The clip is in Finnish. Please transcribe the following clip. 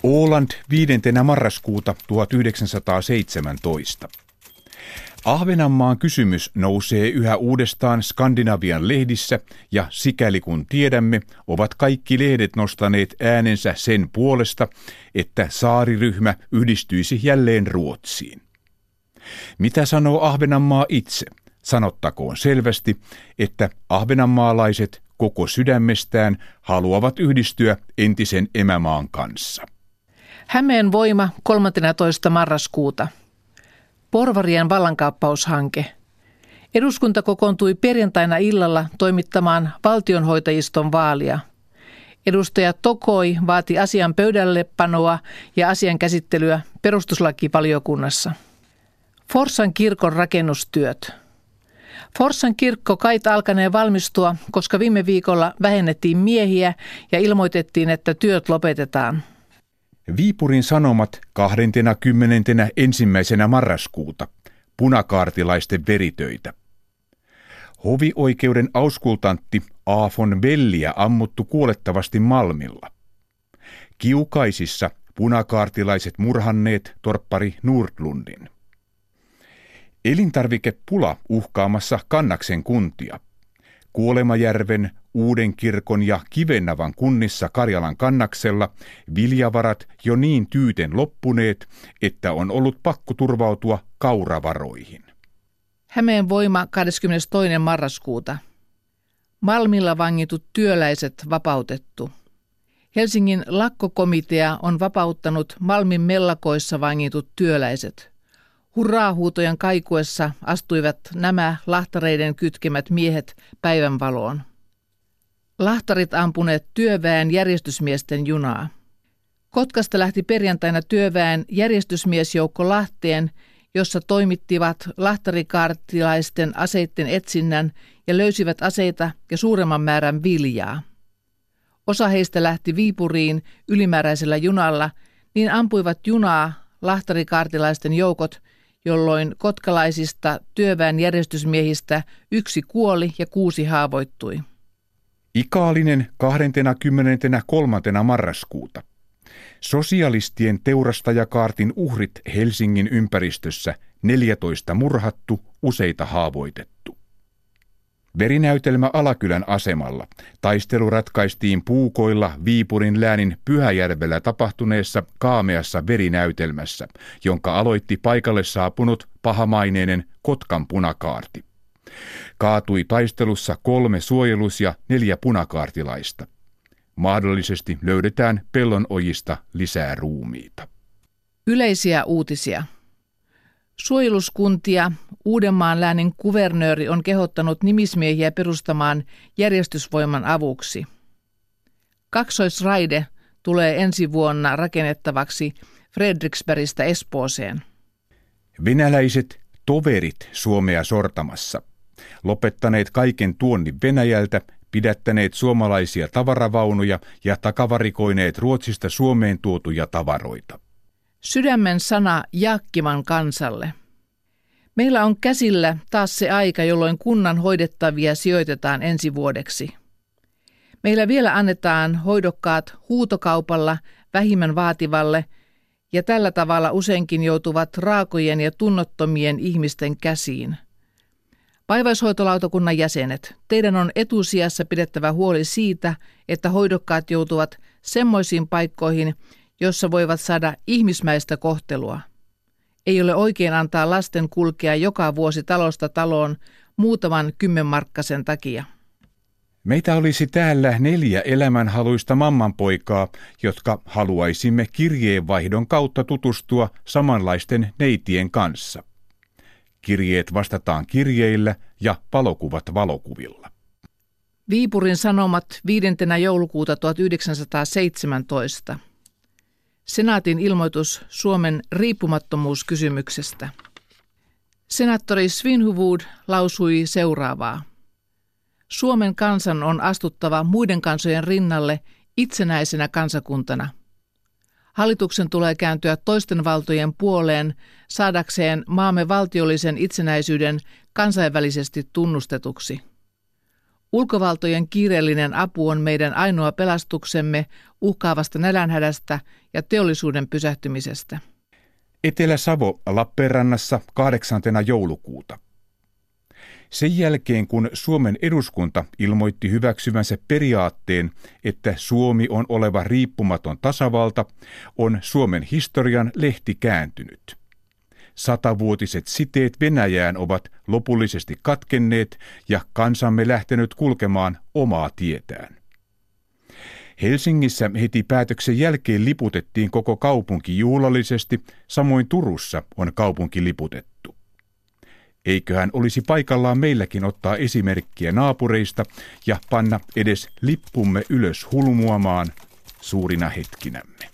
Åland 5. marraskuuta 1917. Ahvenanmaan kysymys nousee yhä uudestaan Skandinavian lehdissä ja sikäli kun tiedämme, ovat kaikki lehdet nostaneet äänensä sen puolesta, että saariryhmä yhdistyisi jälleen Ruotsiin. Mitä sanoo Ahvenanmaa itse? Sanottakoon selvästi, että ahvenanmaalaiset koko sydämestään haluavat yhdistyä entisen emämaan kanssa. Hämeen Voima 13. marraskuuta. Porvarien vallankaappaushanke. Eduskunta kokoontui perjantaina illalla toimittamaan valtionhoitajiston vaalia. Edustaja Tokoi vaati asian pöydällepanoa ja asian käsittelyä perustuslakivaliokunnassa. Forssan kirkon rakennustyöt. Forssan kirkko kait alkaneen valmistua, koska viime viikolla vähennettiin miehiä ja ilmoitettiin, että työt lopetetaan. Viipurin Sanomat 21. marraskuuta. Punakaartilaisten veritöitä. Hovioikeuden auskultantti A. von Belliä ammuttu kuolettavasti Malmilla. Kiukaisissa punakaartilaiset murhanneet torppari Nordlundin. Elintarvikepula uhkaamassa Kannaksen kuntia. Kuolemajärven, Uudenkirkon ja Kivennavan kunnissa Karjalan Kannaksella viljavarat jo niin tyyten loppuneet, että on ollut pakko turvautua kauravaroihin. Hämeen Voima 22. marraskuuta. Malmilla vangitut työläiset vapautettu. Helsingin lakkokomitea on vapauttanut Malmin mellakoissa vangitut työläiset. Hurraahuutojen kaikuessa astuivat nämä lahtareiden kytkemät miehet päivänvaloon. Lahtarit ampuneet työväen järjestysmiesten junaa. Kotkasta lähti perjantaina työväen järjestysmiesjoukko Lahteen, jossa toimittivat lahtarikaartilaisten aseitten etsinnän ja löysivät aseita ja suuremman määrän viljaa. Osa heistä lähti Viipuriin ylimääräisellä junalla, niin ampuivat junaa lahtarikaartilaisten joukot, jolloin kotkalaisista työväen järjestysmiehistä 1 kuoli ja 6 haavoittui. Ikaalinen 23. marraskuuta. Sosialistien teurastajakaartin uhrit Helsingin ympäristössä 14 murhattu, useita haavoitettu. Verinäytelmä Alakylän asemalla. Taistelu ratkaistiin puukoilla Viipurin läänin Pyhäjärvellä tapahtuneessa kaameassa verinäytelmässä, jonka aloitti paikalle saapunut pahamaineinen Kotkan punakaarti. Kaatui taistelussa 3 suojelus- ja 4 punakaartilaista. Mahdollisesti löydetään pellonojista lisää ruumiita. Yleisiä uutisia. Suojeluskuntia Uudenmaan läänin kuvernööri on kehottanut nimismiehiä perustamaan järjestysvoiman avuksi. Kaksoisraide tulee ensi vuonna rakennettavaksi Fredriksbergistä Espooseen. Venäläiset toverit Suomea sortamassa. Lopettaneet kaiken tuonnin Venäjältä, pidättäneet suomalaisia tavaravaunuja ja takavarikoineet Ruotsista Suomeen tuotuja tavaroita. Sydämen sana Jaakkiman kansalle. Meillä on käsillä taas se aika, jolloin kunnan hoidettavia sijoitetaan ensi vuodeksi. Meillä vielä annetaan hoidokkaat huutokaupalla vähimmän vaativalle ja tällä tavalla useinkin joutuvat raakojen ja tunnottomien ihmisten käsiin. Vaivaishoitolautakunnan jäsenet, teidän on etusijassa pidettävä huoli siitä, että hoidokkaat joutuvat semmoisiin paikkoihin, jossa voivat saada ihmismäistä kohtelua. Ei ole oikein antaa lasten kulkea joka vuosi talosta taloon muutaman 10 markkasen takia. Meitä olisi täällä 4 elämänhaluista mammanpoikaa, jotka haluaisimme kirjeenvaihdon kautta tutustua samanlaisten neitien kanssa. Kirjeet vastataan kirjeillä ja valokuvat valokuvilla. Viipurin Sanomat 5. joulukuuta 1917. Senaatin ilmoitus Suomen riippumattomuuskysymyksestä. Senaattori Svinhufvud lausui seuraavaa. Suomen kansan on astuttava muiden kansojen rinnalle itsenäisenä kansakuntana. Hallituksen tulee kääntyä toisten valtojen puoleen saadakseen maamme valtiollisen itsenäisyyden kansainvälisesti tunnustetuksi. Ulkovaltojen kiireellinen apu on meidän ainoa pelastuksemme uhkaavasta nälänhädästä ja teollisuuden pysähtymisestä. Etelä-Savo Lappeenrannassa 8. joulukuuta. Sen jälkeen, kun Suomen eduskunta ilmoitti hyväksyvänsä periaatteen, että Suomi on oleva riippumaton tasavalta, on Suomen historian lehti kääntynyt. 100-vuotiset siteet Venäjään ovat lopullisesti katkenneet ja kansamme lähtenyt kulkemaan omaa tietään. Helsingissä heti päätöksen jälkeen liputettiin koko kaupunki juhlallisesti, samoin Turussa on kaupunki liputettu. Eiköhän olisi paikallaan meilläkin ottaa esimerkkiä naapureista ja panna edes lippumme ylös hulmuamaan suurina hetkinämme.